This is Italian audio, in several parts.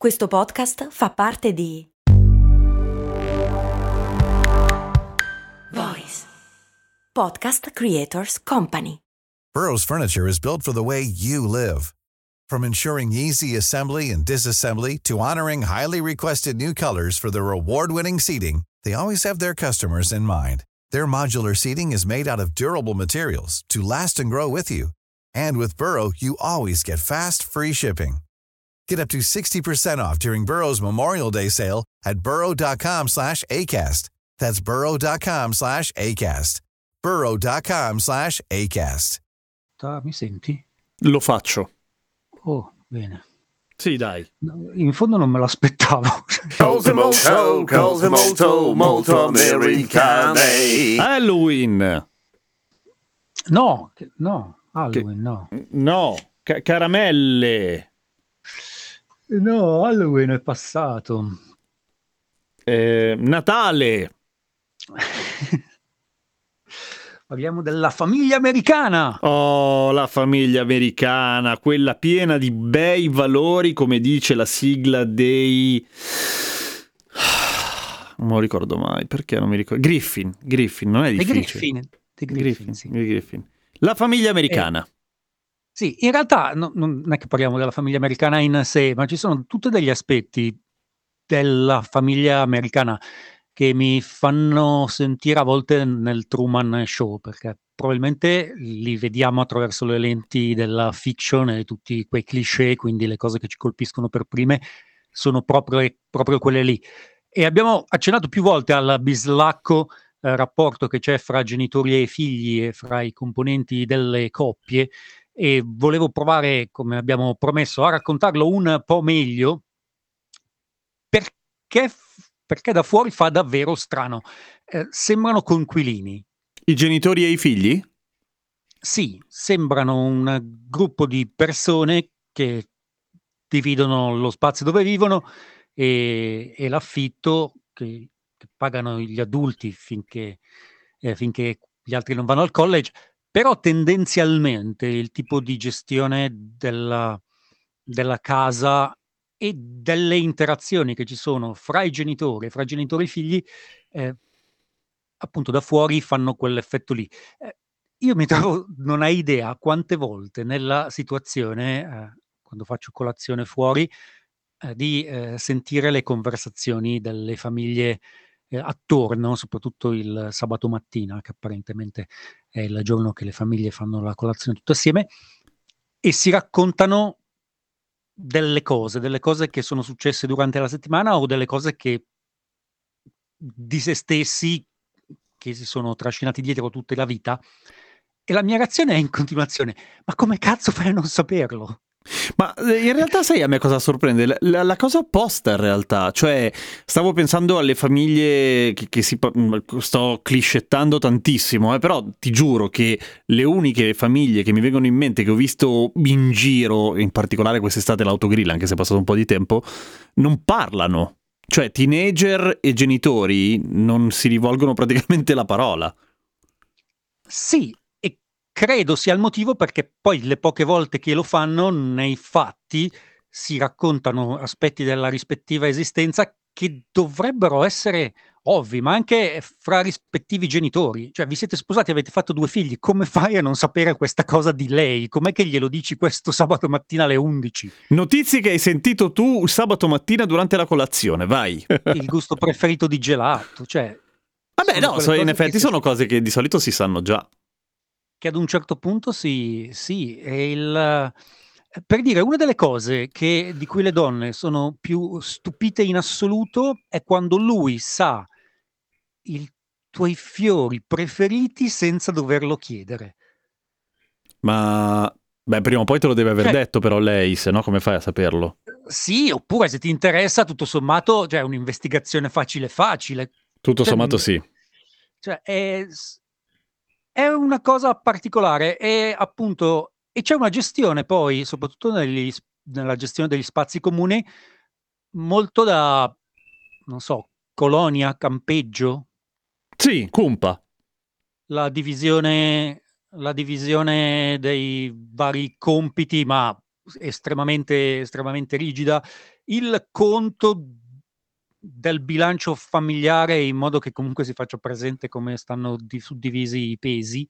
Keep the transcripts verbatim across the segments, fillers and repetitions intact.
Questo podcast fa parte di Voice Podcast Creators Company. Burrow's furniture is built for the way you live. From ensuring easy assembly and disassembly to honoring highly requested new colors for their award-winning seating, they always have their customers in mind. Their modular seating is made out of durable materials to last and grow with you. And with Burrow, you always get fast, free shipping. Get up to sixty percent off during Burrow's Memorial Day sale at burrow.com slash ACAST. That's burrow.com slash ACAST. burrow.com slash ACAST. Ah, mi senti? Lo faccio. Oh, bene. Sì, dai. No, in fondo non me l'aspettavo. Cose molto, cose molto, molto americane. Halloween. No, che- no, Halloween, no. No, ca- caramelle. No, Halloween è passato. Eh, Natale. Parliamo della famiglia americana. Oh, la famiglia americana, quella piena di bei valori, come dice la sigla dei... Non me lo ricordo mai, perché non mi ricordo. Griffin, Griffin, non è The difficile. Griffin. The Griffin, Griffin, sì. Griffin. La famiglia americana. Sì, in realtà no- non è che parliamo della famiglia americana in sé, ma ci sono tutti degli aspetti della famiglia americana che mi fanno sentire a volte nel Truman Show, perché probabilmente li vediamo attraverso le lenti della fiction e tutti quei cliché, quindi le cose che ci colpiscono per prime sono proprio, proprio quelle lì. E abbiamo accennato più volte al bislacco eh, rapporto che c'è fra genitori e figli e fra i componenti delle coppie, e volevo provare, come abbiamo promesso, a raccontarlo un po' meglio perché, perché da fuori fa davvero strano. Eh, sembrano coinquilini. I genitori e i figli? Sì, sembrano un gruppo di persone che dividono lo spazio dove vivono e, e l'affitto che, che pagano gli adulti finché, eh, finché gli altri non vanno al college, però tendenzialmente il tipo di gestione della, della casa e delle interazioni che ci sono fra i genitori, fra genitori e figli, eh, appunto da fuori fanno quell'effetto lì. Eh, io mi trovo, non hai idea quante volte nella situazione, eh, quando faccio colazione fuori, eh, di eh, sentire le conversazioni delle famiglie eh, attorno, soprattutto il sabato mattina, che apparentemente è il giorno che le famiglie fanno la colazione tutte assieme, e si raccontano delle cose, delle cose che sono successe durante la settimana o delle cose che di se stessi che si sono trascinati dietro tutta la vita. E la mia reazione è in continuazione: ma come cazzo fai a non saperlo? Ma eh, in realtà sai a me cosa sorprende? La, la- la cosa opposta in realtà, cioè stavo pensando alle famiglie che, che si... pa- mh, sto cliscettando tantissimo, eh, però ti giuro che le uniche famiglie che mi vengono in mente che ho visto in giro, in particolare quest'estate l'autogrill, anche se è passato un po' di tempo, non parlano. Cioè teenager e genitori non si rivolgono praticamente la parola. Sì, e credo sia il motivo perché poi le poche volte che lo fanno, nei fatti si raccontano aspetti della rispettiva esistenza che dovrebbero essere ovvi, ma anche fra rispettivi genitori. Cioè, vi siete sposati, avete fatto due figli, come fai a non sapere questa cosa di lei? Com'è che glielo dici questo sabato mattina alle undici? Notizie che hai sentito tu sabato mattina durante la colazione, vai. Il gusto preferito di gelato, cioè... Vabbè, sono no, quelle so- in cose effetti che si- sono cose che di solito si sanno già. che ad un certo punto sì, sì, è il, per dire, una delle cose che, di cui le donne sono più stupite in assoluto è quando lui sa i tuoi fiori preferiti senza doverlo chiedere. Ma, beh, prima o poi te lo deve aver Cioè, detto però lei, se no come fai a saperlo? sì, oppure se ti interessa, tutto sommato, cioè un'investigazione facile facile. Tutto Cioè, sommato sì. cioè, è, è una cosa particolare e appunto e c'è una gestione poi, soprattutto negli, nella gestione degli spazi comuni, molto da, non so, colonia, campeggio, Sì, cumpa. la divisione, la divisione dei vari compiti, ma estremamente, estremamente rigida, il conto del bilancio familiare in modo che comunque si faccia presente come stanno di- suddivisi i pesi,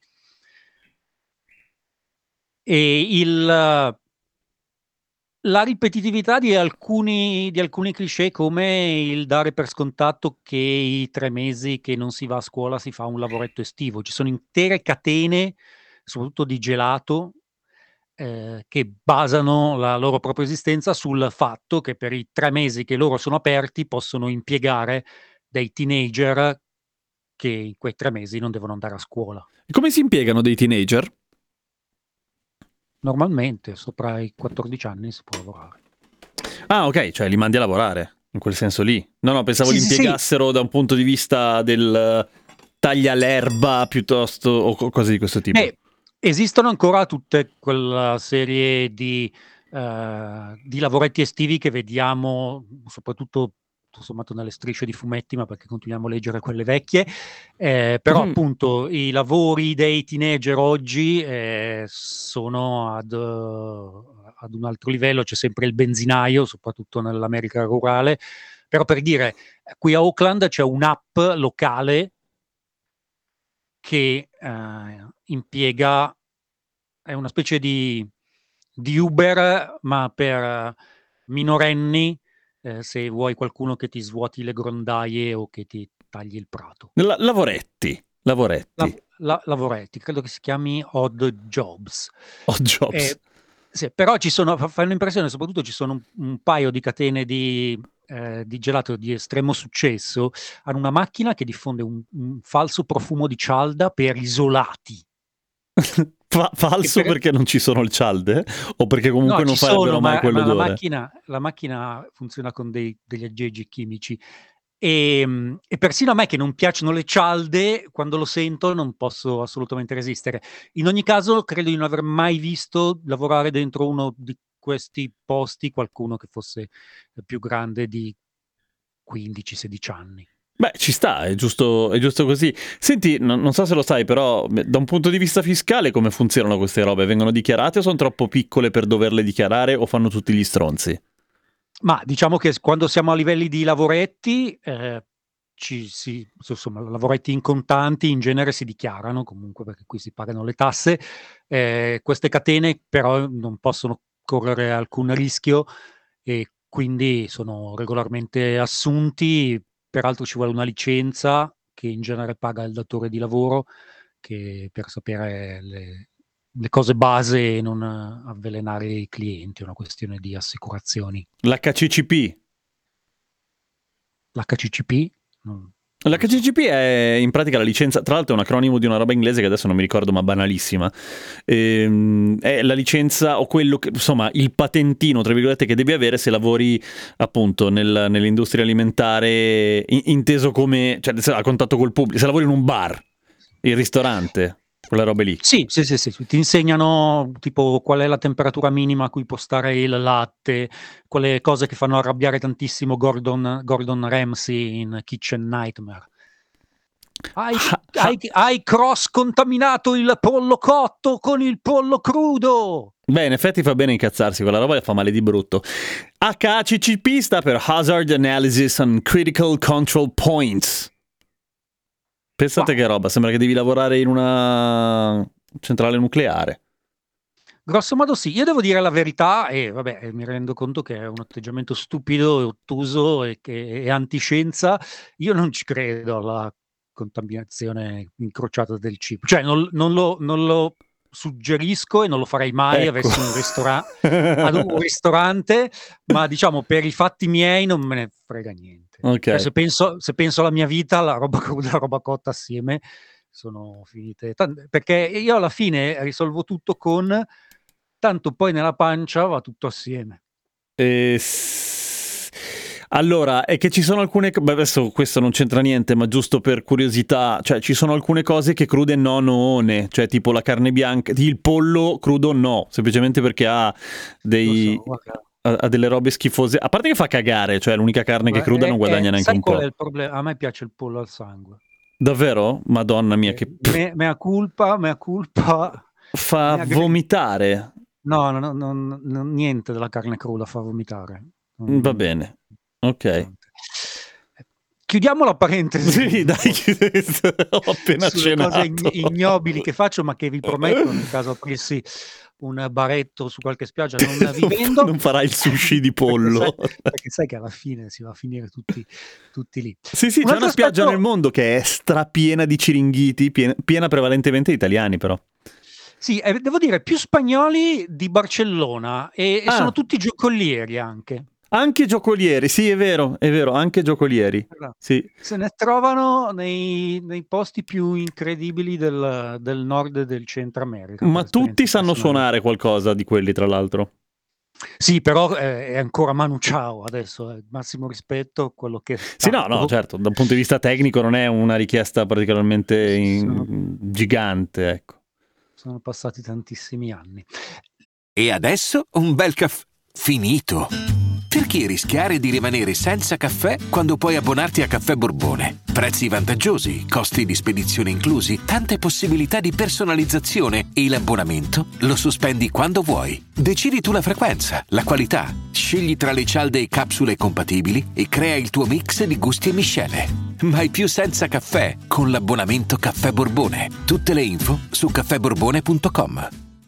e il, la ripetitività di alcuni, di alcuni cliché, come il dare per scontato che i tre mesi che non si va a scuola si fa un lavoretto estivo. Ci sono intere catene, soprattutto di gelato, eh, che basano la loro propria esistenza sul fatto che per i tre mesi che loro sono aperti possono impiegare dei teenager che in quei tre mesi non devono andare a scuola. E come si impiegano dei teenager? Normalmente sopra i quattordici anni si può lavorare. Ah, ok, cioè li mandi a lavorare, in quel senso lì. No, no, pensavo Sì, li sì, sì. impiegassero da un punto di vista del eh, taglia l'erba piuttosto o co- cose di questo tipo. Beh, esistono ancora tutte quella serie di, eh, di lavoretti estivi che vediamo soprattutto tutto sommato nelle strisce di fumetti, ma perché continuiamo a leggere quelle vecchie. Eh, però Mhm. appunto i lavori dei teenager oggi eh, sono ad, eh, ad un altro livello. C'è sempre il benzinaio, soprattutto nell'America rurale. Però per dire, qui a Auckland c'è un'app locale che eh, impiega, è una specie di, di Uber, ma per eh, minorenni, eh, se vuoi qualcuno che ti svuoti le grondaie o che ti tagli il prato. La- lavoretti, lavoretti, La- la- lavoretti, credo che si chiami Odd Jobs. odd jobs. Eh, sì, però ci sono, fa- fa un'impressione, soprattutto ci sono un, un paio di catene di, eh, di gelato di estremo successo, hanno una macchina che diffonde un, un falso profumo di cialda per isolati. Fa- falso Che per- perché non ci sono il cialde? O perché comunque No, non ci sono, farebbero mai ma, ma la quell'odore? macchina, la macchina funziona con dei- degli aggeggi chimici. E, mh, e persino a me, che non piacciono le cialde, quando lo sento non posso assolutamente resistere. In ogni caso, credo di non aver mai visto lavorare dentro uno di questi posti qualcuno che fosse più grande di quindici sedici anni. Beh, ci sta, è giusto, è giusto così. Senti, non, non so se lo sai, però beh, da un punto di vista fiscale come funzionano queste robe? Vengono dichiarate o sono troppo piccole per doverle dichiarare o fanno tutti gli stronzi? Ma diciamo che quando siamo a livelli di lavoretti, eh, ci si, insomma, lavoretti in contanti in genere si dichiarano comunque, perché qui si pagano le tasse. Eh, queste catene però non possono correre alcun rischio e quindi sono regolarmente assunti. Peraltro ci vuole una licenza che in genere paga il datore di lavoro, che per sapere le, le cose base e non eh, avvelenare i clienti. È una questione di assicurazioni. L'H C C P. L'H C C P? Non- L'H C C P è in pratica la licenza, tra l'altro è un acronimo di una roba inglese che adesso non mi ricordo, ma banalissima. Ehm, è la licenza o quello che, insomma, il patentino, tra virgolette, che devi avere se lavori appunto nel- nell'industria alimentare, in- inteso come, cioè se- a contatto col pubblico, se lavori in un bar, il ristorante, quelle robe lì. Sì, sì, sì, sì, ti insegnano tipo qual è la temperatura minima a cui può stare il latte, quelle cose che fanno arrabbiare tantissimo Gordon, Gordon Ramsay in Kitchen Nightmare. Hai, Ha- ha- hai, hai cross contaminato il pollo cotto con il pollo crudo. Beh, in effetti fa bene incazzarsi, quella roba fa male di brutto. H C C P sta per Hazard Analysis and Critical Control Points. Pensate Wow. che roba, sembra che devi lavorare in una centrale nucleare. Grosso modo sì, io devo dire la verità e vabbè, mi rendo conto che è un atteggiamento stupido e ottuso e che è antiscienza. Io non ci credo alla contaminazione incrociata del cibo, cioè non, non lo, non lo suggerisco e non lo farei mai Ecco. avessi un, ristora- ad un ristorante, ma diciamo per i fatti miei non me ne frega niente. Ok. Cioè, se penso, se penso alla mia vita, la roba cruda e la roba cotta assieme sono finite. Tant- perché io alla fine risolvo tutto con tanto poi nella pancia va tutto assieme. Eh, s- Allora, è che ci sono alcune... co- Beh, adesso questo non c'entra niente, ma giusto per curiosità, cioè ci sono alcune cose che crude no, noone, cioè tipo la carne bianca, il pollo crudo no, semplicemente perché ha dei... Lo so, guarda. ha ha delle robe schifose, a parte che fa cagare, cioè l'unica carne che Ma cruda è- non guadagna è- neanche sai un qual po'. è il problema? A me piace il pollo al sangue. Davvero? Madonna mia, Eh, che me- mea culpa, mea culpa. fa mea gre- vomitare. No, no, no, no, no, niente della carne cruda fa vomitare. Va bene, ok. Chiudiamo la parentesi. Sì, dai, ho appena sulle cose cenato. ign- ignobili che faccio, ma che vi prometto nel caso aprissi un baretto su qualche spiaggia non vivendo. Non farai il sushi di pollo. perché, sai, perché sai che alla fine si va a finire tutti, tutti lì. Sì, sì, Un c'è altro una spiaggia aspetto- nel mondo che è strapiena di ciringhiti, piena, piena prevalentemente di italiani però. Sì, eh, devo dire più spagnoli di Barcellona e, e Ah. sono tutti giocolieri anche. Anche giocolieri, sì, è vero, è vero, anche giocolieri. Sì. Se ne trovano nei, nei posti più incredibili del, del nord e del centro America. Ma per esperienza tutti sanno personale. suonare qualcosa di quelli, tra l'altro. Sì, però eh, è ancora Manu Chao adesso, eh, massimo rispetto, quello che è Sì, no, stato. no, certo, da un punto di vista tecnico non è una richiesta particolarmente in- Sono- gigante, ecco. Sono passati tantissimi anni. E adesso un bel caffè finito. Perché rischiare di rimanere senza caffè quando puoi abbonarti a Caffè Borbone? Prezzi vantaggiosi, costi di spedizione inclusi, tante possibilità di personalizzazione e l'abbonamento lo sospendi quando vuoi. Decidi tu la frequenza, la qualità, scegli tra le cialde e capsule compatibili e crea il tuo mix di gusti e miscele. Mai più senza caffè con l'abbonamento Caffè Borbone. Tutte le info su caffè borbone punto com.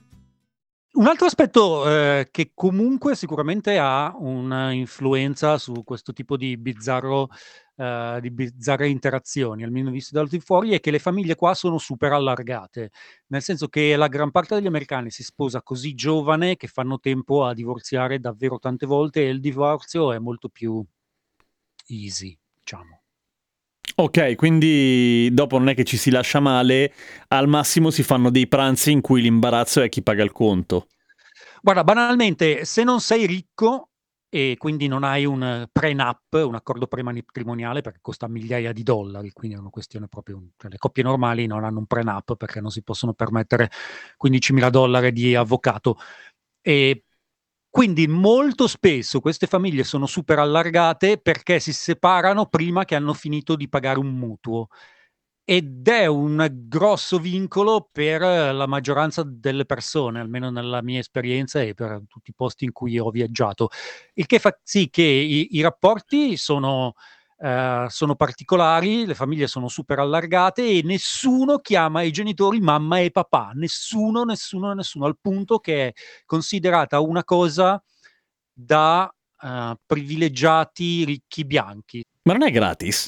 Un altro aspetto eh, che comunque sicuramente ha un'influenza su questo tipo di bizzarro, eh, di bizzarre interazioni, almeno visto dal di fuori, è che le famiglie qua sono super allargate, nel senso che la gran parte degli americani si sposa così giovane che fanno tempo a divorziare davvero tante volte e il divorzio è molto più easy, diciamo. Ok, quindi dopo non è che ci si lascia male, al massimo si fanno dei pranzi in cui l'imbarazzo è chi paga il conto. Guarda, banalmente, se non sei ricco e quindi non hai un prenup, un accordo prematrimoniale, perché costa migliaia di dollari, quindi è una questione proprio, cioè le coppie normali non hanno un prenup perché non si possono permettere quindicimila dollari di avvocato. E quindi molto spesso queste famiglie sono super allargate perché si separano prima che hanno finito di pagare un mutuo. Ed è un grosso vincolo per la maggioranza delle persone, almeno nella mia esperienza e per tutti i posti in cui ho viaggiato, il che fa sì che i, i rapporti sono, eh, sono particolari, le famiglie sono super allargate e nessuno chiama i genitori mamma e papà, nessuno, nessuno, nessuno, al punto che è considerata una cosa da eh, privilegiati ricchi bianchi. Ma non è gratis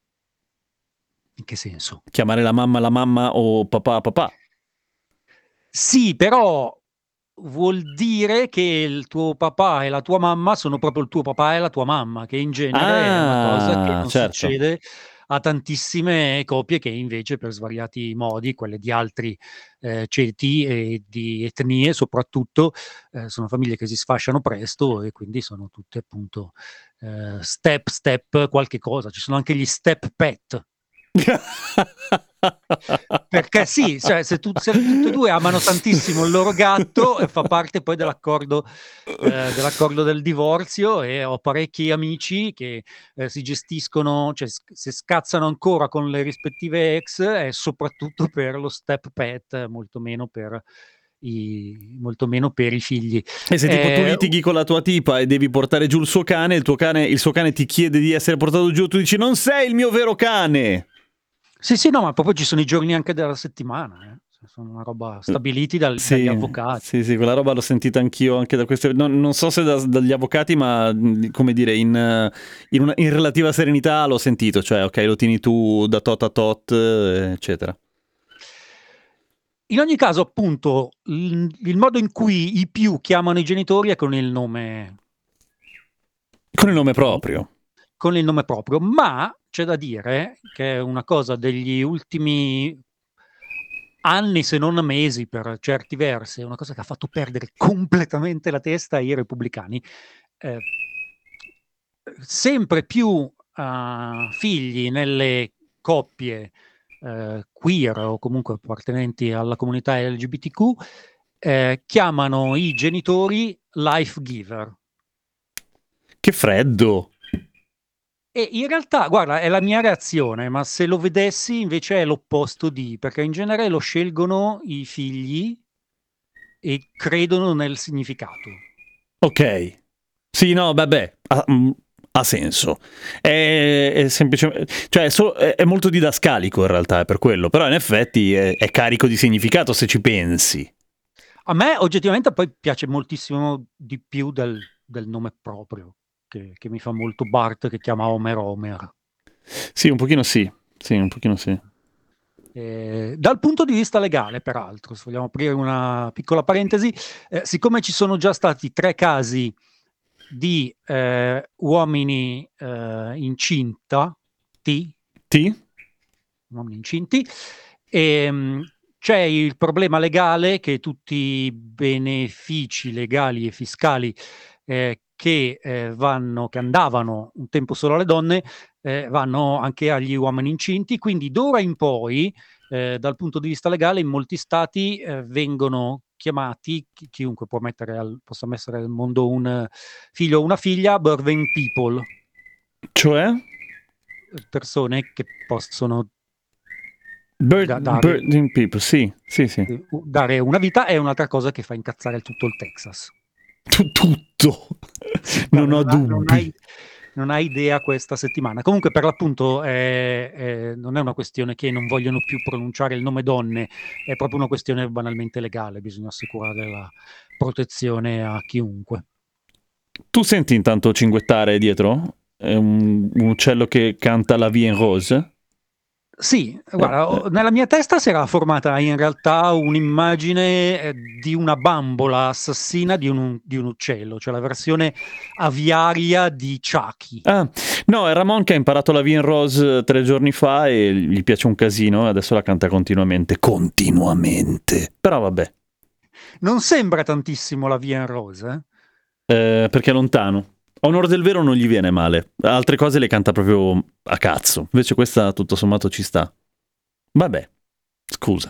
In che senso? chiamare la mamma la mamma o papà papà? Sì, però vuol dire che il tuo papà e la tua mamma sono proprio il tuo papà e la tua mamma, che in genere è una cosa che Ah, non certo. succede a tantissime coppie che invece per svariati modi, quelle di altri eh, ceti e di etnie soprattutto, eh, sono famiglie che si sfasciano presto e quindi sono tutte appunto eh, step step qualche cosa. Ci sono anche gli step pet. Perché sì, cioè, se, tu, se tutti e due amano tantissimo il loro gatto, eh, fa parte poi dell'accordo, eh, dell'accordo del divorzio e ho parecchi amici che eh, si gestiscono, cioè si scazzano ancora con le rispettive ex e soprattutto per lo step pet, molto meno per i, molto meno per i figli. E se tipo tu Eh, litighi con la tua tipa e devi portare giù il suo cane, il tuo cane, il suo cane ti chiede di essere portato giù, tu dici non sei il mio vero cane. Sì, sì, no, ma proprio ci sono i giorni anche della settimana, eh. Sono una roba stabiliti dal, Sì, dagli avvocati. sì, sì, quella roba l'ho sentita anch'io anche da queste, non, non so se da- dagli avvocati, ma mh, come dire, in, eh, in, una- in relativa serenità l'ho sentito, cioè ok, lo tieni tu da tot a tot, eh, eccetera. In ogni caso, appunto, il, il modo in cui i più chiamano i genitori è con il nome, Con il nome proprio. con il nome proprio, ma c'è da dire che è una cosa degli ultimi anni, se non mesi, per certi versi, è una cosa che ha fatto perdere completamente la testa ai repubblicani. Eh, sempre più uh, figli nelle coppie uh, queer o comunque appartenenti alla comunità L G B T Q eh, chiamano i genitori life giver. Che freddo. E in realtà, guarda, è la mia reazione, ma se lo vedessi invece è l'opposto di, perché in genere lo scelgono i figli e credono nel significato. Ok. Sì, no, vabbè, ha, mm, ha senso. È, è semplicemente, cioè è, solo- è- è molto didascalico in realtà, è per quello, però in effetti è, è carico di significato se ci pensi. A me oggettivamente poi piace moltissimo di più del, del nome proprio, che, che mi fa molto Bart che chiama Homer Homer. Sì, un pochino sì, sì, un pochino sì. Eh, dal punto di vista legale, peraltro, se vogliamo aprire una piccola parentesi, eh, siccome ci sono già stati tre casi di eh, uomini eh, incinta, T, Ti? uomini incinti, ehm, c'è il problema legale che tutti i benefici legali e fiscali eh, che eh, vanno, che andavano un tempo solo alle donne, eh, vanno anche agli uomini incinti, quindi d'ora in poi, eh, dal punto di vista legale, in molti stati eh, vengono chiamati, chi- chiunque può mettere al, possa mettere al mondo un eh, figlio o una figlia, birthing people, Cioè? persone che possono Bird, da- dare, birding people, sì, sì, sì. eh, dare una vita, è un'altra cosa che fa incazzare tutto il Texas. Tu- tutto. Sì, Non guarda, ho non, ha- non hai, dubbi. non hai idea questa settimana. Comunque, per l'appunto, eh, eh, non è una questione che non vogliono più pronunciare il nome donne, è proprio una questione banalmente legale. Bisogna assicurare la protezione a chiunque. Tu senti intanto cinguettare dietro? È un, un uccello che canta La Vie en Rose? Sì, Eh, guarda, eh. ho- nella mia testa si era formata in realtà un'immagine eh, di una bambola assassina di un, di un uccello, cioè la versione aviaria di Chucky. Ah, no, è Ramon che ha imparato La Vie en Rose tre giorni fa e gli piace un casino e adesso la canta continuamente. Continuamente. Però vabbè, Non sembra tantissimo la Via in Rose, eh? eh, perché è lontano. A onore del vero non gli viene male. Altre cose le canta proprio a cazzo. Invece questa tutto sommato ci sta. Vabbè, scusa.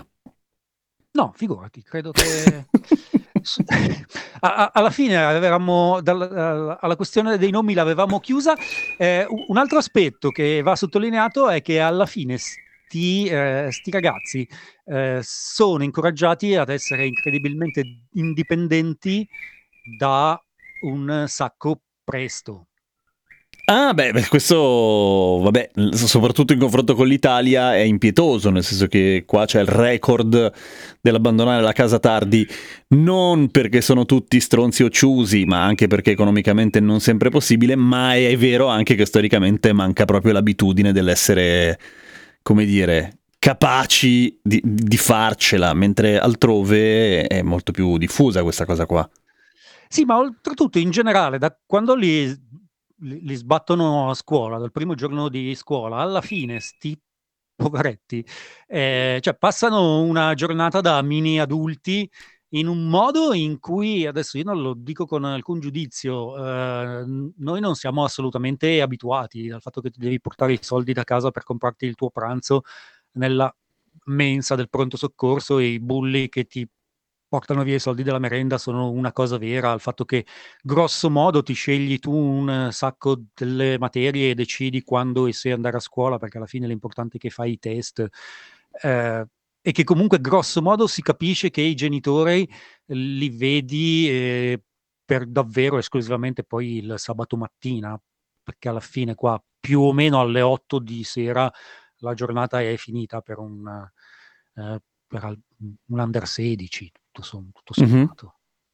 No, figurati, credo che s- a- a- alla fine avevamo, dal- alla alla questione dei nomi l'avevamo chiusa. Eh, u- un altro aspetto che va sottolineato è che alla fine sti, eh, sti ragazzi eh, sono incoraggiati ad essere incredibilmente indipendenti da un sacco presto. Ah, beh, beh, questo, vabbè, soprattutto in confronto con l'Italia è impietoso, nel senso che qua c'è il record dell'abbandonare la casa tardi, non perché sono tutti stronzi occiusi, ma anche perché economicamente non sempre è possibile, ma è vero anche che storicamente manca proprio l'abitudine dell'essere, come dire, capaci di, di farcela, mentre altrove è molto più diffusa questa cosa qua. Sì, ma oltretutto in generale, da quando li, li- li sbattono a scuola, dal primo giorno di scuola, alla fine sti poveretti, eh, cioè passano una giornata da mini adulti in un modo in cui, adesso io non lo dico con alcun giudizio, eh, n- noi non siamo assolutamente abituati dal fatto che ti devi portare i soldi da casa per comprarti il tuo pranzo nella mensa del pronto soccorso e i bulli che ti portano via i soldi della merenda sono una cosa vera, il fatto che grosso modo ti scegli tu un sacco delle materie e decidi quando e se andare a scuola, perché alla fine l'importante è che fai i test, eh, e che comunque grosso modo si capisce che i genitori li vedi eh, per davvero esclusivamente poi il sabato mattina, perché alla fine qua più o meno alle otto di sera la giornata è finita per un, eh, per al- un under sedici, tutto, som- tutto Mhm. sommato.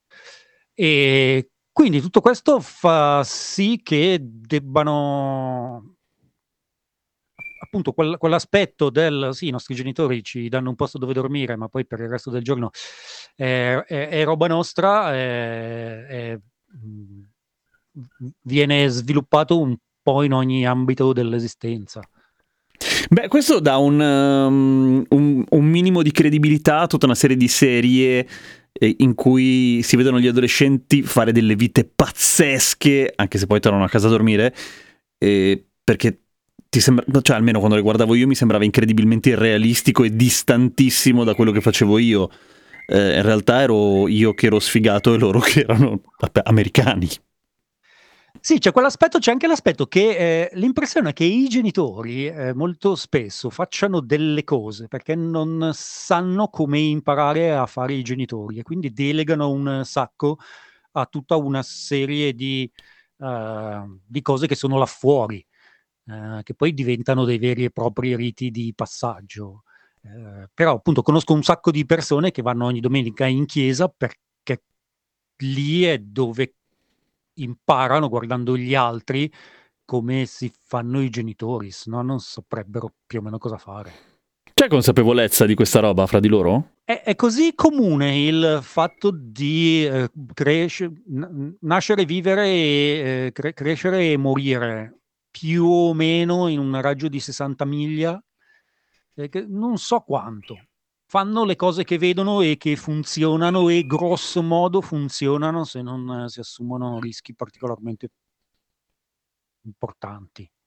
E quindi tutto questo fa sì che debbano, appunto, quel- quell'aspetto del sì, i nostri genitori ci danno un posto dove dormire, ma poi per il resto del giorno è, è- è roba nostra, è- è- mh, viene sviluppato un po' in ogni ambito dell'esistenza. Beh, questo dà un, um, un- un minimo di credibilità a tutta una serie di serie eh, in cui si vedono gli adolescenti fare delle vite pazzesche, anche se poi tornano a casa a dormire, eh, perché ti sembra, cioè almeno quando le guardavo io mi sembrava incredibilmente irrealistico e distantissimo da quello che facevo io. Eh, in realtà ero io che ero sfigato e loro che erano vabbè, americani. Sì, c'è quell'aspetto, c'è anche l'aspetto che eh, l'impressione è che i genitori eh, molto spesso facciano delle cose perché non sanno come imparare a fare i genitori e quindi delegano un sacco a tutta una serie di eh, di cose che sono là fuori, eh, che poi diventano dei veri e propri riti di passaggio. Eh, però appunto conosco un sacco di persone che vanno ogni domenica in chiesa perché lì è dove imparano, guardando gli altri, come si fanno i genitori, se no non saprebbero più o meno cosa fare. C'è consapevolezza di questa roba fra di loro? È, è così comune il fatto di eh, cresce- n- nascere, vivere, e, eh, cre- crescere e morire più o meno in un raggio di sessanta miglia, eh, che non so quanto. Fanno le cose che vedono e che funzionano e grosso modo funzionano se non eh, si assumono rischi particolarmente importanti.